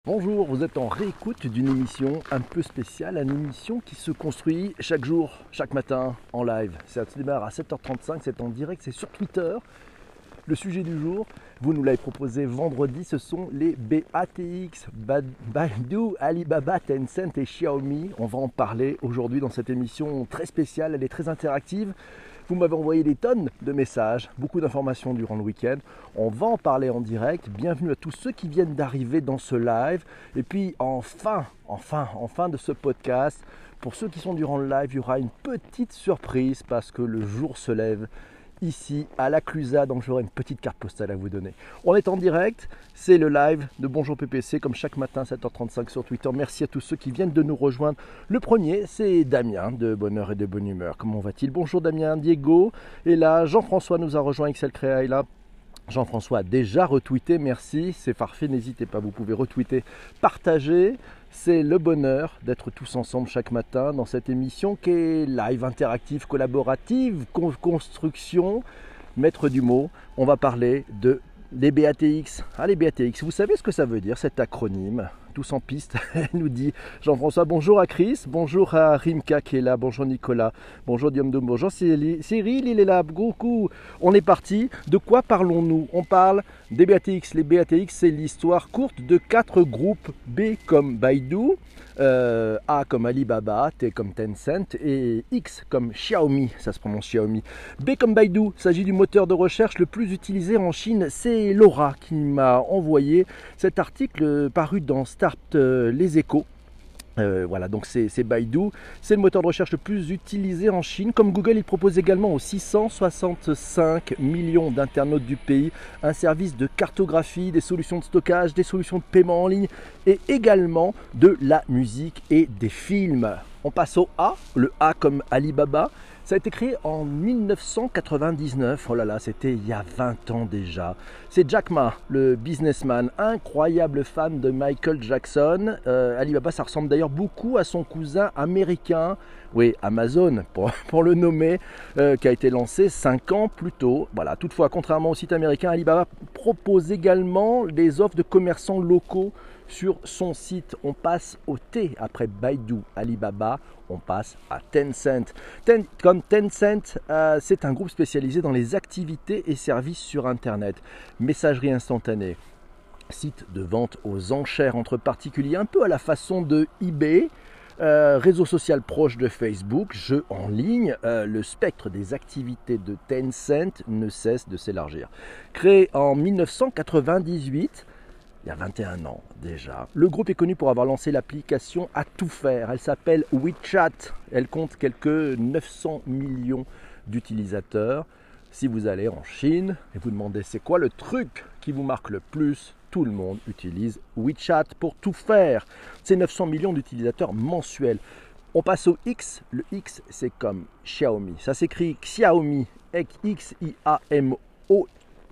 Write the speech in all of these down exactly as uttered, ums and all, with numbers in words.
Bonjour, vous êtes en réécoute d'une émission un peu spéciale, une émission qui se construit chaque jour, chaque matin, en live. Ça démarre à sept heures trente-cinq, c'est en direct, c'est sur Twitter. Le sujet du jour, vous nous l'avez proposé vendredi, ce sont les B A T X, Baidu, Alibaba, Tencent et Xiaomi. On va en parler aujourd'hui dans cette émission très spéciale, elle est très interactive. Vous m'avez envoyé des tonnes de messages, beaucoup d'informations durant le week-end. On va en parler en direct. Bienvenue à tous ceux qui viennent d'arriver dans ce live. Et puis enfin, enfin, enfin de ce podcast, pour ceux qui sont durant le live, il y aura une petite surprise parce que le jour se lève ici à la Clusaz, donc j'aurai une petite carte postale à vous donner. On est en direct, c'est le live de Bonjour P P C, comme chaque matin, sept heures trente-cinq sur Twitter. Merci à tous ceux qui viennent de nous rejoindre. Le premier, c'est Damien, de Bonheur et de Bonne Humeur. Comment va-t-il? Bonjour Damien, Diego est là, Jean-François nous a rejoint, Excel Créa est là. Jean-François a déjà retweeté, merci, c'est parfait, n'hésitez pas, vous pouvez retweeter, partager. C'est le bonheur d'être tous ensemble chaque matin dans cette émission qui est live, interactive, collaborative, con- construction, maître du mot. On va parler de les B A T X. Ah, les B A T X, vous savez ce que ça veut dire cet acronyme? Tous en piste, nous dit Jean-François. Bonjour à Chris, bonjour à Rimka qui est là, bonjour Nicolas, bonjour Diomdom, bonjour Cyril, Cyril il est là, coucou. On est parti, de quoi parlons-nous? On parle des B A T X. Les B A T X, c'est l'histoire courte de quatre groupes. B comme Baidu, euh, A comme Alibaba, T comme Tencent et X comme Xiaomi, ça se prononce Xiaomi. B comme Baidu, il s'agit du moteur de recherche le plus utilisé en Chine. C'est Laura qui m'a envoyé cet article paru dans Start euh, les Échos. Euh, voilà, donc c'est, c'est Baidu, c'est le moteur de recherche le plus utilisé en Chine. Comme Google, il propose également aux six cent soixante-cinq millions d'internautes du pays un service de cartographie, des solutions de stockage, des solutions de paiement en ligne et également de la musique et des films. On passe au A, le A comme Alibaba. Ça a été créé en mille neuf cent quatre-vingt-dix-neuf, oh là là, c'était il y a vingt ans déjà. C'est Jack Ma, le businessman, incroyable fan de Michael Jackson. Euh, Alibaba, ça ressemble d'ailleurs beaucoup à son cousin américain, oui, Amazon pour, pour le nommer, euh, qui a été lancé cinq ans plus tôt. Voilà. Toutefois, contrairement au site américain, Alibaba propose également des offres de commerçants locaux sur son site. On passe au T après Baidu, Alibaba, on passe à Tencent. Ten, comme Tencent, euh, c'est un groupe spécialisé dans les activités et services sur Internet. Messagerie instantanée, site de vente aux enchères entre particuliers, un peu à la façon de eBay. Euh, réseau social proche de Facebook, jeux en ligne, euh, le spectre des activités de Tencent ne cesse de s'élargir. Créé en mille neuf cent quatre-vingt-dix-huit, il y a vingt et un ans déjà. Le groupe est connu pour avoir lancé l'application à tout faire. Elle s'appelle WeChat. Elle compte quelques neuf cents millions d'utilisateurs. Si vous allez en Chine et vous demandez c'est quoi le truc qui vous marque le plus, tout le monde utilise WeChat pour tout faire. C'est neuf cents millions d'utilisateurs mensuels. On passe au X. Le X, c'est comme Xiaomi. Ça s'écrit Xiaomi, X I A M O.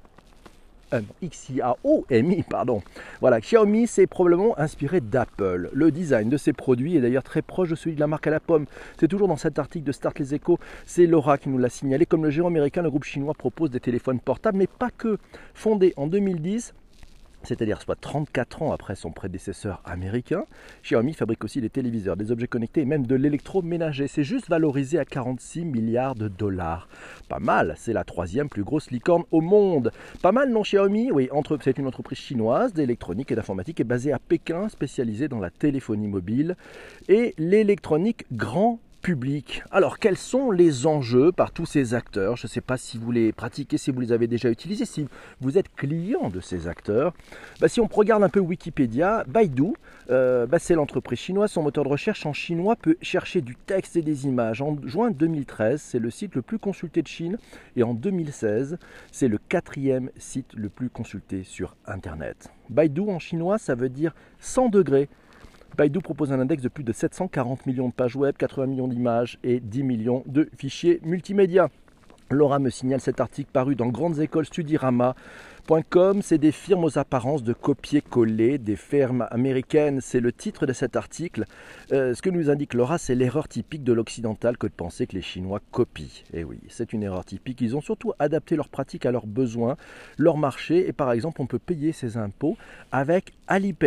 Euh, X I A O M I, pardon. Voilà, Xiaomi, c'est probablement inspiré d'Apple. Le design de ses produits est d'ailleurs très proche de celui de la marque à la pomme. C'est toujours dans cet article de Start les Échos. C'est Laura qui nous l'a signalé. Comme le géant américain, le groupe chinois propose des téléphones portables, mais pas que. Fondé en deux mille dix, c'est-à-dire soit trente-quatre ans après son prédécesseur américain, Xiaomi fabrique aussi des téléviseurs, des objets connectés et même de l'électroménager. C'est juste valorisé à quarante-six milliards de dollars. Pas mal, c'est la troisième plus grosse licorne au monde. Pas mal, non, Xiaomi? Oui, entre, c'est une entreprise chinoise d'électronique et d'informatique et basée à Pékin, spécialisée dans la téléphonie mobile et l'électronique grand public. Alors, quels sont les enjeux par tous ces acteurs? Je ne sais pas si vous les pratiquez, si vous les avez déjà utilisés, si vous êtes client de ces acteurs. Bah, si on regarde un peu Wikipédia, Baidu, euh, bah, c'est l'entreprise chinoise. Son moteur de recherche en chinois peut chercher du texte et des images. En juin deux mille treize, c'est le site le plus consulté de Chine. Et en deux mille seize, c'est le quatrième site le plus consulté sur Internet. Baidu en chinois, ça veut dire cent degrés. Baidu propose un index de plus de sept cent quarante millions de pages web, quatre-vingts millions d'images et dix millions de fichiers multimédia. Laura me signale cet article paru dans Grandes Écoles Studirama point com. C'est des firmes aux apparences de copier-coller, des fermes américaines. C'est le titre de cet article. Euh, ce que nous indique Laura, c'est l'erreur typique de l'occidental que de penser que les Chinois copient. Et oui, c'est une erreur typique. Ils ont surtout adapté leurs pratiques à leurs besoins, leur marché. Et par exemple, on peut payer ses impôts avec Alipay.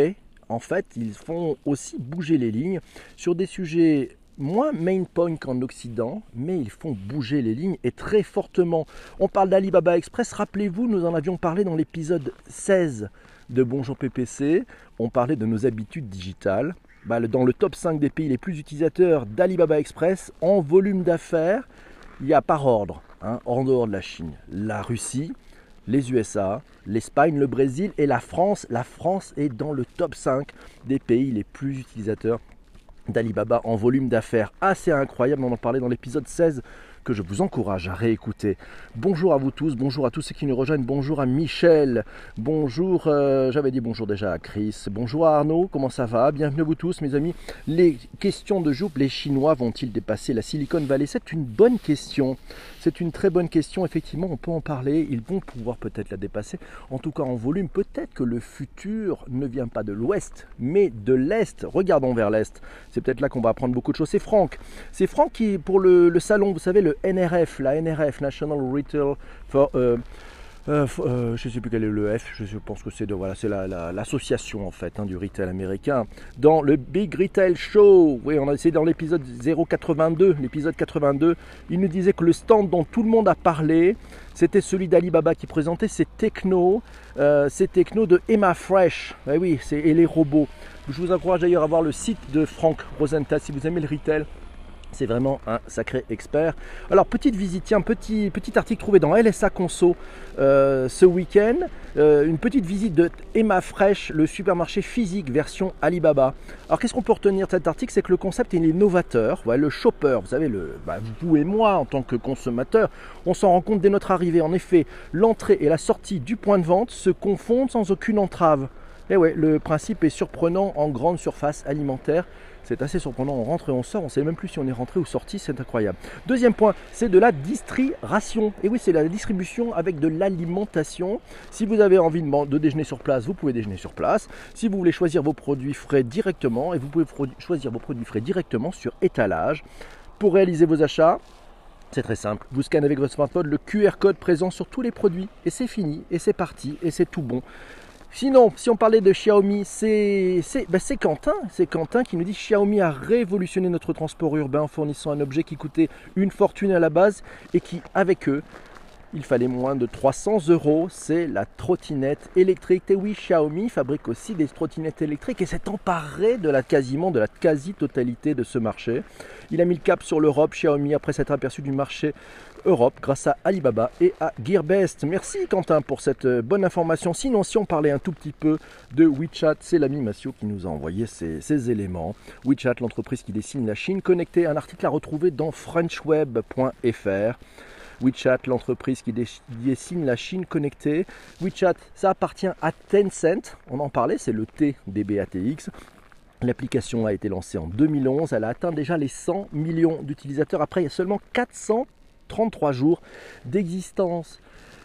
en fait, ils font aussi bouger les lignes sur des sujets moins main point qu'en Occident, mais ils font bouger les lignes et très fortement. On parle d'Alibaba Express, rappelez-vous, nous en avions parlé dans l'épisode seize de Bonjour P P C, on parlait de nos habitudes digitales. Bah, dans le top cinq des pays les plus utilisateurs d'Alibaba Express, en volume d'affaires, il y a par ordre, hein, en dehors de la Chine, la Russie, les U S A, l'Espagne, le Brésil et la France. La France est dans le top cinq des pays les plus utilisateurs d'Alibaba en volume d'affaires. Assez incroyable, on en parlait dans l'épisode seize que je vous encourage à réécouter. Bonjour à vous tous, bonjour à tous ceux qui nous rejoignent, bonjour à Michel, bonjour, euh, j'avais dit bonjour déjà à Chris, bonjour à Arnaud, comment ça va? Bienvenue à vous tous mes amis. Les questions de jour, les Chinois vont-ils dépasser la Silicon Valley? C'est une bonne question, c'est une très bonne question, effectivement on peut en parler, ils vont pouvoir peut-être la dépasser, en tout cas en volume. Peut-être que le futur ne vient pas de l'ouest, mais de l'est. Regardons vers l'est, c'est peut-être là qu'on va apprendre beaucoup de choses. C'est Franck, c'est Franck qui, pour le, le salon, vous savez, le N R F, la N R F, National Retail for, euh, euh, euh, je ne sais plus quel est le F, je pense que c'est de, voilà, c'est la, la, l'association en fait hein, du retail américain. Dans le Big Retail Show, oui, on a essayé dans l'épisode zéro quatre-vingt-deux, l'épisode quatre-vingt-deux, il nous disait que le stand dont tout le monde a parlé, c'était celui d'Alibaba qui présentait ses technos, euh, ses technos de Emma Fresh, eh oui, c'est, et les robots. Je vous encourage d'ailleurs à voir le site de Frank Rosenthal si vous aimez le retail. C'est vraiment un sacré expert. Alors, petite visite, tiens, petit, petit article trouvé dans L S A Conso euh, ce week-end. Euh, une petite visite de Emma Fresh, le supermarché physique version Alibaba. Alors, qu'est-ce qu'on peut retenir de cet article? C'est que le concept est novateur. Voilà, le shopper, vous savez, le, bah, vous et moi, en tant que consommateurs, on s'en rend compte dès notre arrivée. En effet, l'entrée et la sortie du point de vente se confondent sans aucune entrave. Et ouais, le principe est surprenant en grande surface alimentaire. C'est assez surprenant, on rentre et on sort, on ne sait même plus si on est rentré ou sorti, c'est incroyable. Deuxième point, c'est de la distri-ration. Et oui, c'est la distribution avec de l'alimentation. Si vous avez envie de, de déjeuner sur place, vous pouvez déjeuner sur place. Si vous voulez choisir vos produits frais directement, et vous pouvez choisir vos produits frais directement sur étalage. Pour réaliser vos achats, c'est très simple, vous scannez avec votre smartphone le Q R code présent sur tous les produits, et c'est fini, et c'est parti, et c'est tout bon. Sinon, si on parlait de Xiaomi, c'est c'est, ben c'est Quentin, c'est Quentin qui nous dit Xiaomi a révolutionné notre transport urbain en fournissant un objet qui coûtait une fortune à la base et qui, avec eux, il fallait moins de trois cents euros. C'est la trottinette électrique. Et oui, Xiaomi fabrique aussi des trottinettes électriques et s'est emparé de la quasiment de la quasi-totalité de ce marché. Il a mis le cap sur l'Europe, Xiaomi, après s'être aperçu du marché Europe grâce à Alibaba et à Gearbest. Merci Quentin pour cette bonne information. Sinon, si on parlait un tout petit peu de WeChat, c'est l'ami Massio qui nous a envoyé ces, ces éléments. WeChat, l'entreprise qui dessine la Chine connectée, un article à retrouver dans frenchweb point f r. WeChat, l'entreprise qui dessine la Chine connectée. WeChat, ça appartient à Tencent. On en parlait, c'est le T des B A T X. L'application a été lancée en deux mille onze. Elle a atteint déjà les cent millions d'utilisateurs. Après, il y a seulement quatre cent trente-trois jours d'existence.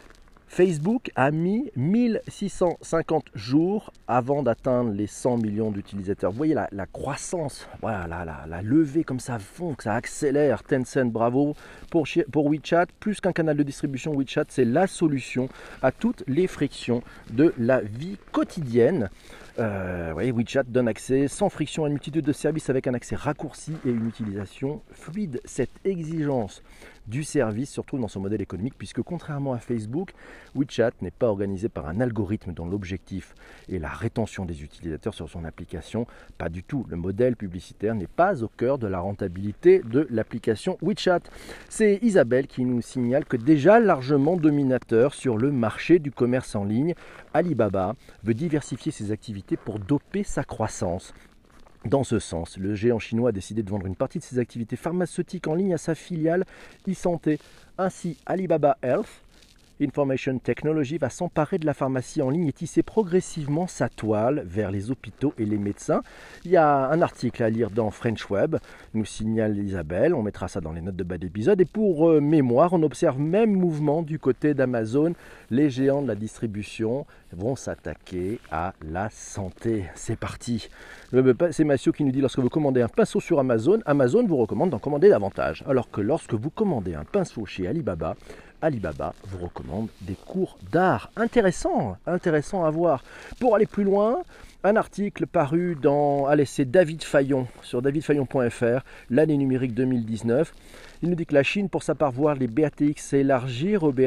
Facebook a mis mille six cent cinquante jours avant d'atteindre les cent millions d'utilisateurs. Vous voyez la, la croissance, voilà, la, la, la levée comme ça fond, que ça accélère. Tencent, bravo. Pour, pour WeChat, plus qu'un canal de distribution, WeChat, c'est la solution à toutes les frictions de la vie quotidienne. Euh, oui, WeChat donne accès sans friction à une multitude de services avec un accès raccourci et une utilisation fluide. Cette exigence du service se retrouve dans son modèle économique puisque contrairement à Facebook, WeChat n'est pas organisé par un algorithme dont l'objectif est la rétention des utilisateurs sur son application. Pas du tout. Le modèle publicitaire n'est pas au cœur de la rentabilité de l'application WeChat. C'est Isabelle qui nous signale que déjà largement dominateur sur le marché du commerce en ligne, Alibaba veut diversifier ses activités pour doper sa croissance. Dans ce sens, le géant chinois a décidé de vendre une partie de ses activités pharmaceutiques en ligne à sa filiale e-santé. Ainsi, Alibaba Health Information Technology va s'emparer de la pharmacie en ligne et tisser progressivement sa toile vers les hôpitaux et les médecins. Il y a un article à lire dans French Web, nous signale Isabelle, on mettra ça dans les notes de bas d'épisode. Et pour euh, mémoire, on observe même mouvement du côté d'Amazon. Les géants de la distribution vont s'attaquer à la santé. C'est parti. C'est Massio qui nous dit, lorsque vous commandez un pinceau sur Amazon, Amazon vous recommande d'en commander davantage. Alors que lorsque vous commandez un pinceau chez Alibaba, Alibaba vous recommande des cours d'art. Intéressant, intéressant à voir. Pour aller plus loin, un article paru dans, allez, c'est David Fayon, sur david fayon point f r, l'année numérique deux mille dix-neuf. Il nous dit que la Chine, pour sa part, voit les B A T X s'élargir au B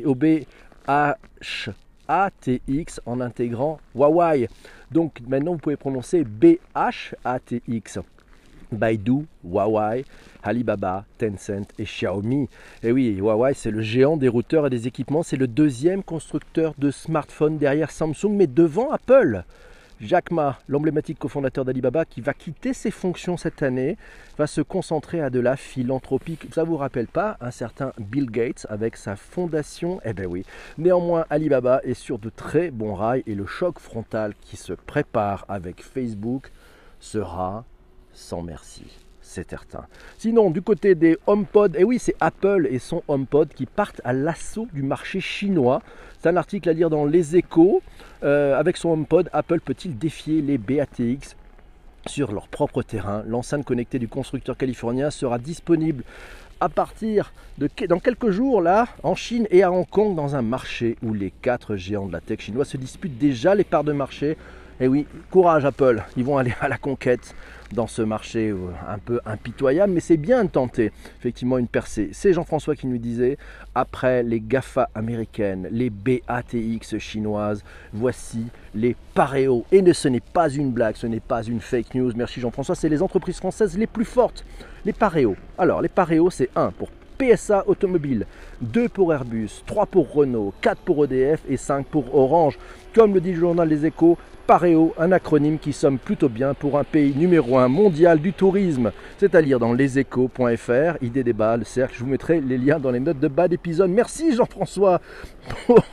H A T X en intégrant Huawei. Donc maintenant, vous pouvez prononcer B H A T X. Baidu, Huawei, Alibaba, Tencent et Xiaomi. Et oui, Huawei, c'est le géant des routeurs et des équipements. C'est le deuxième constructeur de smartphones derrière Samsung, mais devant Apple. Jack Ma, l'emblématique cofondateur d'Alibaba, qui va quitter ses fonctions cette année, va se concentrer à de la philanthropie. Ça ne vous rappelle pas un certain Bill Gates avec sa fondation? Eh bien oui. Néanmoins, Alibaba est sur de très bons rails et le choc frontal qui se prépare avec Facebook sera sans merci, c'est certain. Sinon, du côté des HomePod, et oui, c'est Apple et son HomePod qui partent à l'assaut du marché chinois. C'est un article à lire dans Les Échos. Euh, avec son HomePod, Apple peut-il défier les B A T X sur leur propre terrain? L'enceinte connectée du constructeur californien sera disponible à partir de dans quelques jours là en Chine et à Hong Kong, dans un marché où les quatre géants de la tech chinois se disputent déjà les parts de marché. Et oui, courage Apple, ils vont aller à la conquête dans ce marché un peu impitoyable, mais c'est bien de tenter effectivement une percée. C'est Jean-François qui nous disait, après les GAFA américaines, les B A T X chinoises, voici les Pareo. Et ce n'est pas une blague, ce n'est pas une fake news, merci Jean-François, c'est les entreprises françaises les plus fortes, les Pareo. Alors les Pareo, c'est un pour P S A Automobile, deux pour Airbus, trois pour Renault, quatre pour E D F et cinq pour Orange. Comme le dit le journal Les Échos, Pareo, un acronyme qui somme plutôt bien pour un pays numéro un mondial du tourisme. C'est à lire dans leséchos point f r, idée débat, le cercle. Je vous mettrai les liens dans les notes de bas d'épisode. Merci Jean-François pour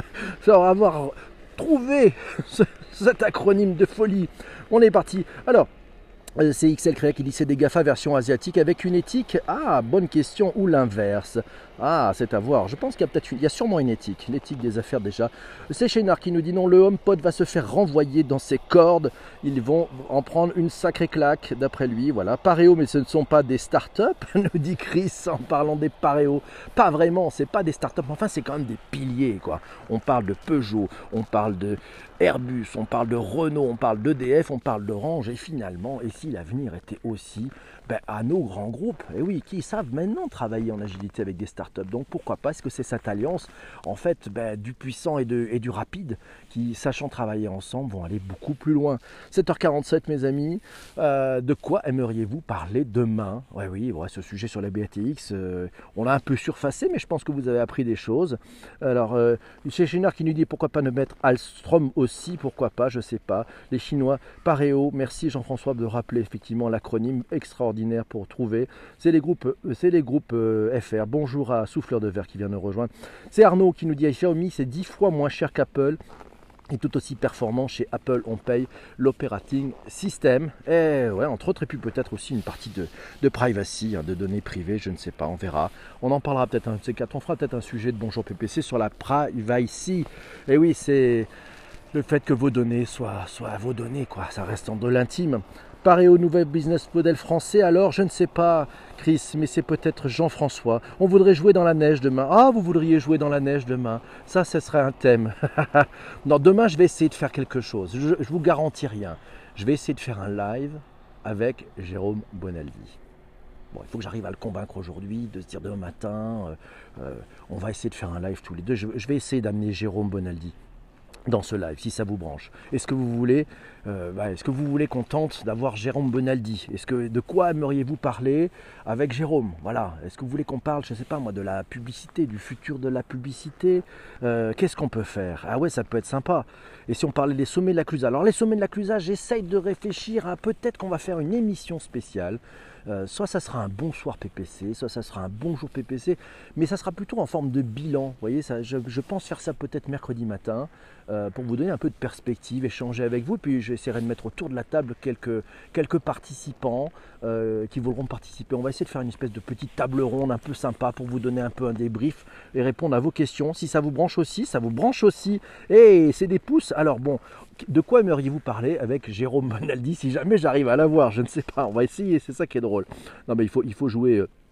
avoir trouvé cet acronyme de folie. On est parti. Alors, c'est X L Créa qui dit c'est des GAFA version asiatique avec une éthique. Ah, bonne question, ou l'inverse. Ah, c'est à voir. Je pense qu'il y a peut-être une... il y a sûrement une éthique, l'éthique des affaires déjà. C'est Chénard qui nous dit non, le HomePod va se faire renvoyer dans ses cordes. Ils vont en prendre une sacrée claque, d'après lui. Voilà, Pareo, mais ce ne sont pas des startups, nous dit Chris en parlant des Pareo. Pas vraiment, c'est pas des startups, enfin c'est quand même des piliers, quoi. On parle de Peugeot, on parle de Airbus, on parle de Renault, on parle d'E D F, on parle d'Orange, et finalement, et si l'avenir était aussi ben, à nos grands groupes, et oui, qui savent maintenant travailler en agilité avec des startups. Donc pourquoi pas, est-ce que c'est cette alliance, en fait, ben, du puissant et, de, et du rapide, qui, sachant travailler ensemble, vont aller beaucoup plus loin. sept heures quarante-sept, mes amis, euh, de quoi aimeriez-vous parler demain? Ouais, oui, ouais, ce sujet sur la B A T X, euh, on l'a un peu surfacé, mais je pense que vous avez appris des choses. Alors, euh, chez Chénard qui nous dit pourquoi pas ne mettre Alstom aussi, pourquoi pas, je sais pas. Les Chinois, Pareo, merci Jean-François de rappeler effectivement l'acronyme extraordinaire pour trouver. C'est les groupes, c'est les groupes euh, F R. Bonjour à Souffleur de Verre qui vient nous rejoindre. C'est Arnaud qui nous dit Xiaomi, c'est dix fois moins cher qu'Apple. Et tout aussi performant chez Apple, on paye l'operating system. Et ouais, entre autres, et puis peut-être aussi une partie de, de privacy, hein, de données privées, je ne sais pas, on verra. On en parlera peut-être un de ces quatre. On fera peut-être un sujet de Bonjour P P C sur la privacy. Et oui, c'est le fait que vos données soient, soient vos données, quoi. Ça reste en de l'intime. Pareo, nouvel business model français, alors je ne sais pas Chris, mais c'est peut-être Jean-François. On voudrait jouer dans la neige demain. Ah, vous voudriez jouer dans la neige demain? Ça, ce serait un thème. Non, demain, je vais essayer de faire quelque chose. Je ne vous garantis rien. Je vais essayer de faire un live avec Jérôme Bonaldi. Bon, il faut que j'arrive à le convaincre aujourd'hui, de se dire demain matin, euh, euh, on va essayer de faire un live tous les deux. Je, je vais essayer d'amener Jérôme Bonaldi dans ce live, si ça vous branche. Est-ce que vous voulez, euh, bah, est-ce que vous voulez qu'on tente d'avoir Jérôme Bonaldi? Est-ce que de quoi aimeriez-vous parler avec Jérôme? Voilà. Est-ce que vous voulez qu'on parle, je ne sais pas moi, de la publicité, du futur de la publicité? euh, Qu'est-ce qu'on peut faire? Ah ouais, ça peut être sympa. Et si on parlait des sommets de la Clusa? Alors les sommets de la Clusa, j'essaye de réfléchir à peut-être qu'on va faire une émission spéciale. Euh, soit ça sera un bonsoir P P C, soit ça sera un bonjour P P C, mais ça sera plutôt en forme de bilan. Vous voyez, ça, je, je pense faire ça peut-être mercredi matin euh, pour vous donner un peu de perspective, échanger avec vous. Puis j'essaierai de mettre autour de la table quelques, quelques participants euh, qui voudront participer. On va essayer de faire une espèce de petite table ronde un peu sympa pour vous donner un peu un débrief et répondre à vos questions. Si ça vous branche aussi, ça vous branche aussi. Et c'est des pouces. Alors bon, de quoi aimeriez-vous parler avec Jérôme Bonaldi si jamais j'arrive à l'avoir? Je ne sais pas, on va essayer, c'est ça qui est drôle. Non mais il faut, il faut jouer,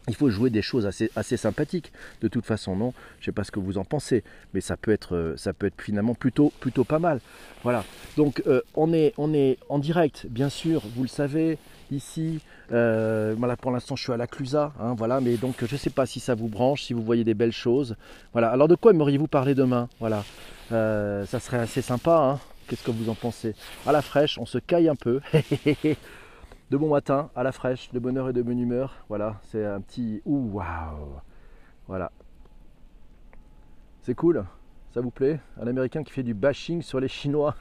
il faut jouer des choses assez, assez sympathiques. De toute façon, non, je ne sais pas ce que vous en pensez, mais ça peut être, ça peut être finalement plutôt, plutôt pas mal. Voilà, donc euh, on, est, on est en direct, bien sûr, vous le savez, ici. Euh, voilà, pour l'instant, je suis à la Clusa, hein, voilà, mais donc je ne sais pas si ça vous branche, si vous voyez des belles choses. Voilà, alors de quoi aimeriez-vous parler demain? Voilà, euh, ça serait assez sympa, hein. Qu'est-ce que vous en pensez? À la fraîche, on se caille un peu. De bon matin, à la fraîche, de bonne heure et de bonne humeur. Voilà, c'est un petit... Ouh, waouh. Voilà. C'est cool. Ça vous plaît? Un Américain qui fait du bashing sur les Chinois.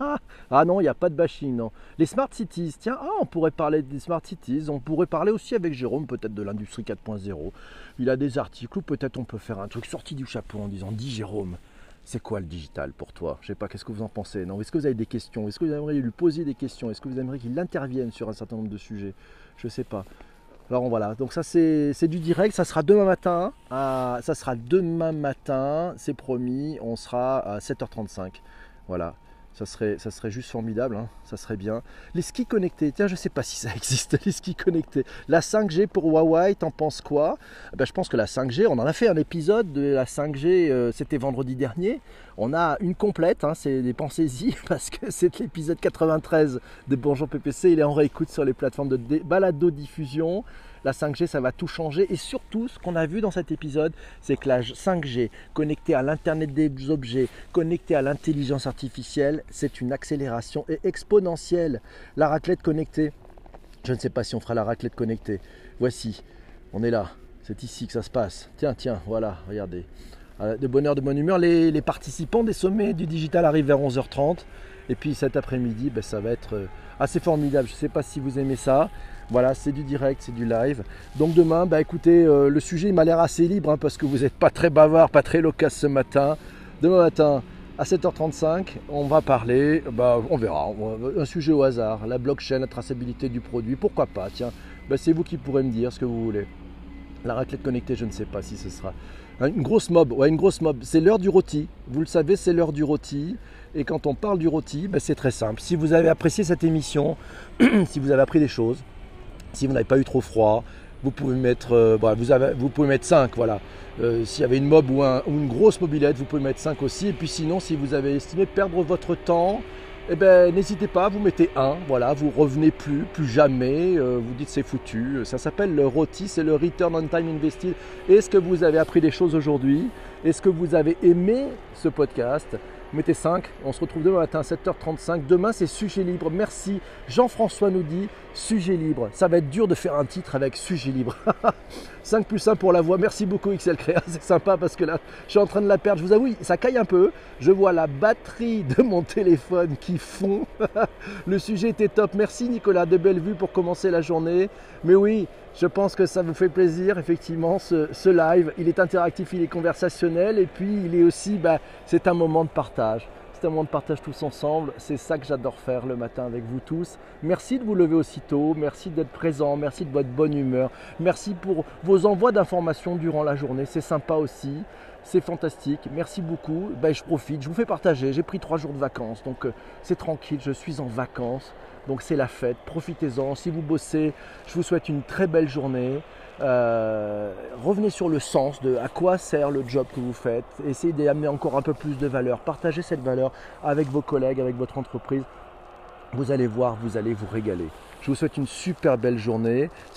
Ah non, il n'y a pas de bashing, non. Les Smart Cities, tiens, ah, on pourrait parler des Smart Cities. On pourrait parler aussi avec Jérôme, peut-être de l'industrie quatre point zéro. Il a des articles, ou peut-être on peut faire un truc sorti du chapeau en disant, dis Jérôme, c'est quoi le digital pour toi? Je ne sais pas, qu'est-ce que vous en pensez? Non, est-ce que vous avez des questions? Est-ce que vous aimeriez lui poser des questions? Est-ce que vous aimeriez qu'il intervienne sur un certain nombre de sujets? Je ne sais pas. Alors voilà, donc ça c'est du direct, ça sera demain matin, à, ça sera demain matin, c'est promis, on sera à sept heures trente-cinq. Voilà. Ça serait, ça serait juste formidable, hein, ça serait bien. Les skis connectés, tiens, je ne sais pas si ça existe, les skis connectés. La cinq G pour Huawei, t'en penses quoi? Ben, je pense que la cinq G, on en a fait un épisode de la cinq G, euh, c'était vendredi dernier. On a une complète, hein, c'est des pensez-y, parce que c'est l'épisode quatre-vingt-treize de Bonjour P P C, il est en réécoute sur les plateformes de balado-diffusion. La cinq G, ça va tout changer. Et surtout, ce qu'on a vu dans cet épisode, c'est que la cinq G, connectée à l'Internet des objets, connectée à l'intelligence artificielle, c'est une accélération exponentielle. La raclette connectée, je ne sais pas si on fera la raclette connectée. Voici, on est là. C'est ici que ça se passe. Tiens, tiens, voilà, regardez. De bonne heure, de bonne humeur. Les, les participants des sommets du digital arrivent vers onze heures trente. Et puis cet après-midi, ben, ça va être assez formidable. Je ne sais pas si vous aimez ça. Voilà, c'est du direct, c'est du live. Donc demain, bah écoutez, euh, le sujet m'a l'air assez libre hein, parce que vous n'êtes pas très bavard, pas très loquace ce matin. Demain matin, à sept heures trente-cinq, on va parler, bah, on verra, un sujet au hasard, la blockchain, la traçabilité du produit, pourquoi pas, tiens, bah, c'est vous qui pourrez me dire ce que vous voulez. La raclette connectée, je ne sais pas si ce sera. Une grosse mob, ouais, une grosse mob. C'est l'heure du rôti. Vous le savez, c'est l'heure du rôti. Et quand on parle du rôti, bah, c'est très simple. Si vous avez apprécié cette émission, si vous avez appris des choses, si vous n'avez pas eu trop froid, vous pouvez mettre, euh, bah, vous, avez, vous pouvez mettre cinq. Voilà. Euh, S'il y avait une mob ou, un, ou une grosse mobilette, vous pouvez mettre cinq aussi. Et puis sinon, si vous avez estimé perdre votre temps, eh ben, n'hésitez pas, vous mettez un. Voilà, vous revenez plus, plus jamais. Euh, vous dites c'est foutu. Ça s'appelle le rôti, c'est le Return on Time Invested. Est-ce que vous avez appris des choses aujourd'hui? Est-ce que vous avez aimé ce podcast? Mettez cinq, on se retrouve demain matin à sept heures trente-cinq. Demain, c'est sujet libre. Merci. Jean-François nous dit sujet libre. Ça va être dur de faire un titre avec sujet libre. cinq plus un pour la voix. Merci beaucoup, X L Créa. C'est sympa parce que là, je suis en train de la perdre. Je vous avoue, ça caille un peu. Je vois la batterie de mon téléphone qui fond. Le sujet était top. Merci, Nicolas. De belles vues pour commencer la journée. Mais oui, je pense que ça vous fait plaisir, effectivement, ce, ce live. Il est interactif, il est conversationnel et puis il est aussi, bah, c'est un moment de partage. C'est un moment de partage tous ensemble. C'est ça que j'adore faire le matin avec vous tous. Merci de vous lever aussitôt. Merci d'être présent. Merci de votre bonne humeur. Merci pour vos envois d'informations durant la journée. C'est sympa aussi. C'est fantastique. Merci beaucoup. Ben, je profite. Je vous fais partager. J'ai pris trois jours de vacances. Donc, euh, c'est tranquille. Je suis en vacances. Donc c'est la fête, profitez-en. Si vous bossez, je vous souhaite une très belle journée. Euh, revenez sur le sens de à quoi sert le job que vous faites. Essayez d'amener encore un peu plus de valeur. Partagez cette valeur avec vos collègues, avec votre entreprise. Vous allez voir, vous allez vous régaler. Je vous souhaite une super belle journée.